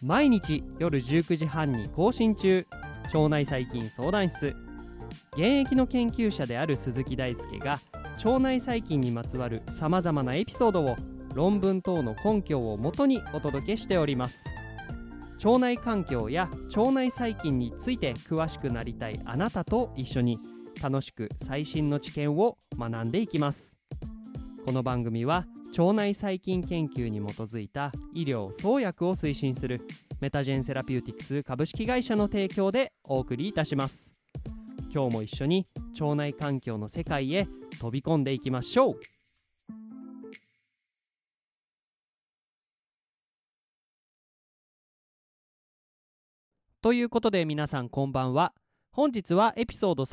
毎日夜19時半に更新中、腸内細菌相談室。現役の研究者である鈴木大輔が腸内細菌にまつわるさまざまなエピソードを論文等の根拠をもとにお届けしております。腸内環境や腸内細菌について詳しくなりたいあなたと一緒に楽しく最新の知見を学んでいきます。この番組は腸内細菌研究に基づいた医療創薬を推進するメタジェンセラピューティクス株式会社の提供でお送りいたします。今日も一緒に腸内環境の世界へ飛び込んでいきましょう。ということで皆さんこんばんは。本日はエピソード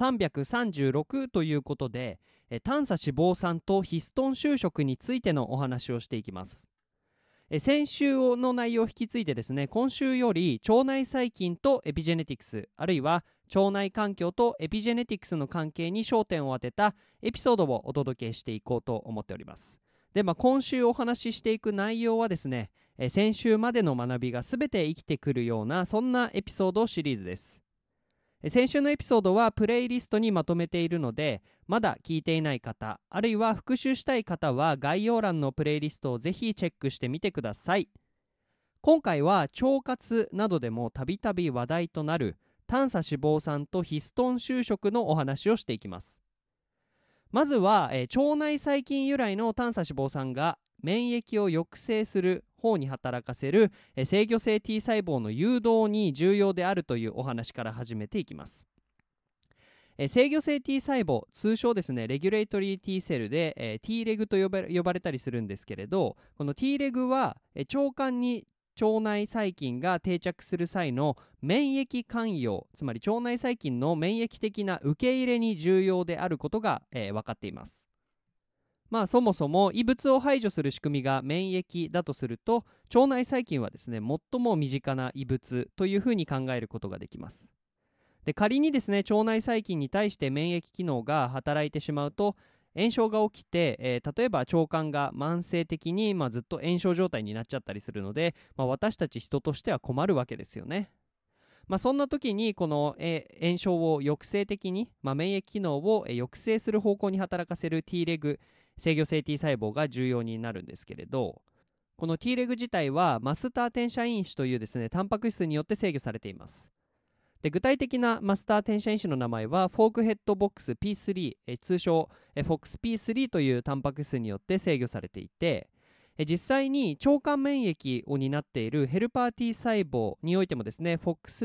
336ということで、短鎖脂肪酸とヒストン収縮についてのお話をしていきます。先週の内容を引き継いでですね、今週より腸内細菌とエピジェネティクス、あるいは腸内環境とエピジェネティクスの関係に焦点を当てたエピソードをお届けしていこうと思っております。で、今週お話ししていく内容はですね、先週までの学びが全て生きてくるようなそんなエピソードシリーズです。先週のエピソードはプレイリストにまとめているので、まだ聞いていない方、あるいは復習したい方は概要欄のプレイリストをぜひチェックしてみてください。今回は腸活などでもたびたび話題となる短鎖脂肪酸とヒストン収縮のお話をしていきます。まずは腸内細菌由来の短鎖脂肪酸が免疫を抑制する方に働かせる制御性 T 細胞の誘導に重要であるというお話から始めていきます。制御性 T 細胞、通称ですねレギュレートリー T セルで T レグと呼ばれたりするんですけれど、この T レグは腸管に腸内細菌が定着する際の免疫関与、つまり腸内細菌の免疫的な受け入れに重要であることが分かっています。そもそも異物を排除する仕組みが免疫だとすると、腸内細菌はですね最も身近な異物というふうに考えることができます。で、仮にですね腸内細菌に対して免疫機能が働いてしまうと炎症が起きて、例えば腸管が慢性的に、ずっと炎症状態になっちゃったりするので、私たち人としては困るわけですよね。そんな時にこの、炎症を抑制的に、免疫機能を、抑制する方向に働かせる T レグ、制御性 T 細胞が重要になるんですけれど、この T レグ自体はマスター転写因子というですねタンパク質によって制御されています。で、具体的なマスター転写因子の名前はフォークヘッドボックス P3、通称FOXP3 というタンパク質によって制御されていて、実際に腸管免疫を担っているヘルパー T 細胞においてもですね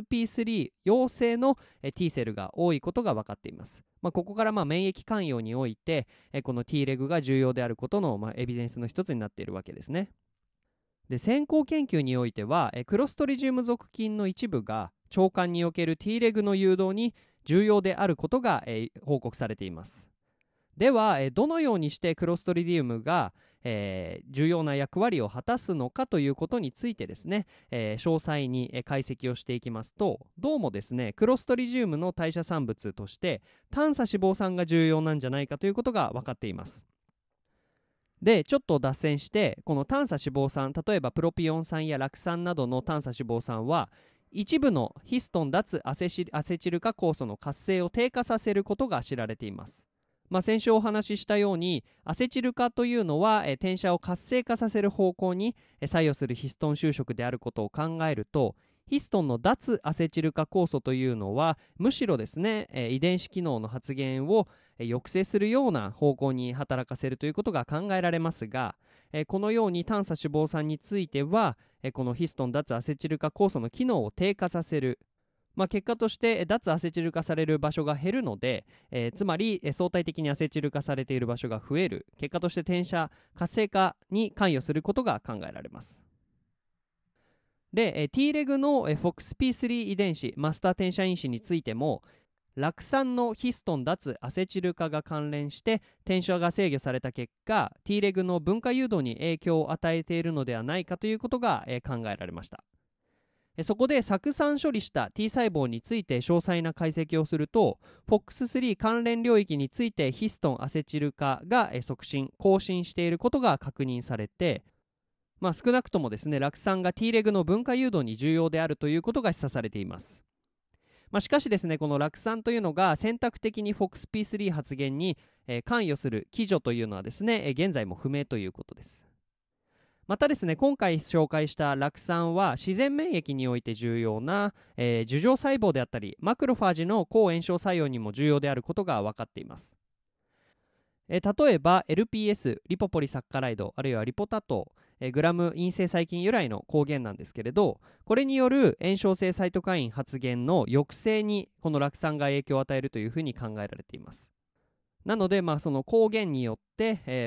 FOXP3 陽性の T セルが多いことが分かっています。ここから免疫関与においてこの T レグが重要であることのエビデンスの一つになっているわけですね。で、先行研究においてはクロストリジウム属菌の一部が腸管における T レグの誘導に重要であることが報告されています。ではどのようにしてクロストリディウムが重要な役割を果たすのかということについてですね、詳細に解析をしていきますと、どうもですねクロストリジウムの代謝産物として短鎖脂肪酸が重要なんじゃないかということが分かっています。で、ちょっと脱線して、この短鎖脂肪酸、例えばプロピオン酸や酪酸などの短鎖脂肪酸は一部のヒストン脱アセチル化酵素の活性を低下させることが知られています。先週お話ししたようにアセチル化というのは転写を活性化させる方向に作用するヒストン収縮であることを考えると、ヒストンの脱アセチル化酵素というのはむしろですね遺伝子機能の発現を抑制するような方向に働かせるということが考えられますが、このように短鎖脂肪酸についてはこのヒストン脱アセチル化酵素の機能を低下させる、結果として脱アセチル化される場所が減るので、つまり相対的にアセチル化されている場所が増える、結果として転写活性化に関与することが考えられます。で、T レグの FOXP3 遺伝子マスター転写因子についても酪酸のヒストン脱アセチル化が関連して転写が制御された結果 T レグの分化誘導に影響を与えているのではないかということが考えられました。そこで酢酸処理した T 細胞について詳細な解析をすると FOX3 関連領域についてヒストンアセチル化が促進更新していることが確認されて、 少なくともですね、酪酸が T レグの分化誘導に重要であるということが示唆されています。しかしですね、この酪酸というのが選択的に FOXP3 発現に、関与する基準というのはですね、現在も不明ということです。またですね、今回紹介した酪酸は自然免疫において重要な、樹状細胞であったりマクロファージの抗炎症作用にも重要であることが分かっています。例えば LPS リポポリサッカライドあるいはリポタ糖、グラム陰性細菌由来の抗原なんですけれど、これによる炎症性サイトカイン発現の抑制にこの酪酸が影響を与えるというふうに考えられています。なので、その抗原によって、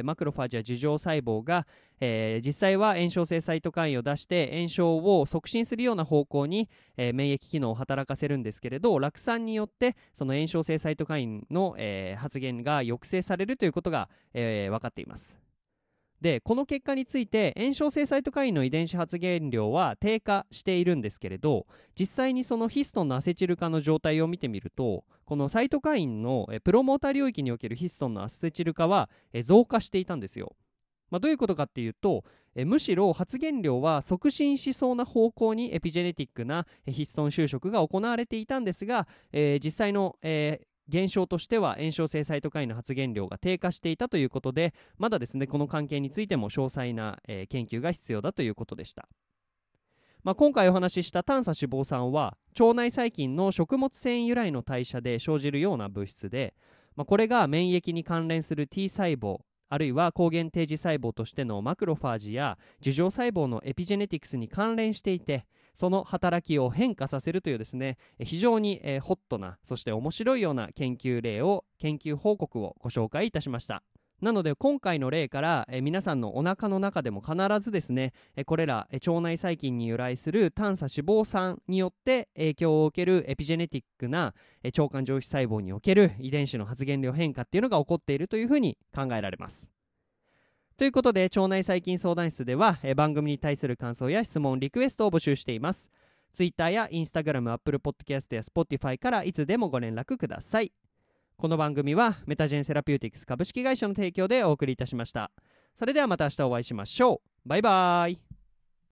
マクロファージや樹状細胞が、実際は炎症性サイトカインを出して炎症を促進するような方向に、免疫機能を働かせるんですけれど、酪酸によってその炎症性サイトカインの、発現が抑制されるということが、分かっています。でこの結果について炎症性サイトカインの遺伝子発現量は低下しているんですけれど、実際にそのヒストンのアセチル化の状態を見てみると、このサイトカインのプロモーター領域におけるヒストンのアセチル化は増加していたんですよ。どういうことかっていうと、むしろ発現量は促進しそうな方向にエピジェネティックなヒストン修飾が行われていたんですが、実際の、現象としては炎症性サイトカインの発現量が低下していたということで、まだですねこの関係についても詳細な、研究が必要だということでした。今回お話しした短鎖脂肪酸は腸内細菌の食物繊維由来の代謝で生じるような物質で、これが免疫に関連する T 細胞あるいは抗原定時細胞としてのマクロファージや樹状細胞のエピジェネティクスに関連していて、その働きを変化させるというですね、非常にホットなそして面白いような研究報告をご紹介いたしました。なので今回の例から皆さんのお腹の中でも必ずですね、これら腸内細菌に由来する短鎖脂肪酸によって影響を受けるエピジェネティックな腸管上皮細胞における遺伝子の発現量変化っていうのが起こっているというふうに考えられます。ということで腸内細菌相談室では番組に対する感想や質問リクエストを募集しています。 Twitter や Instagram、Apple Podcast や Spotify からいつでもご連絡ください。この番組はメタジェンセラピューティクス株式会社の提供でお送りいたしました。それではまた明日お会いしましょう。バイバーイ。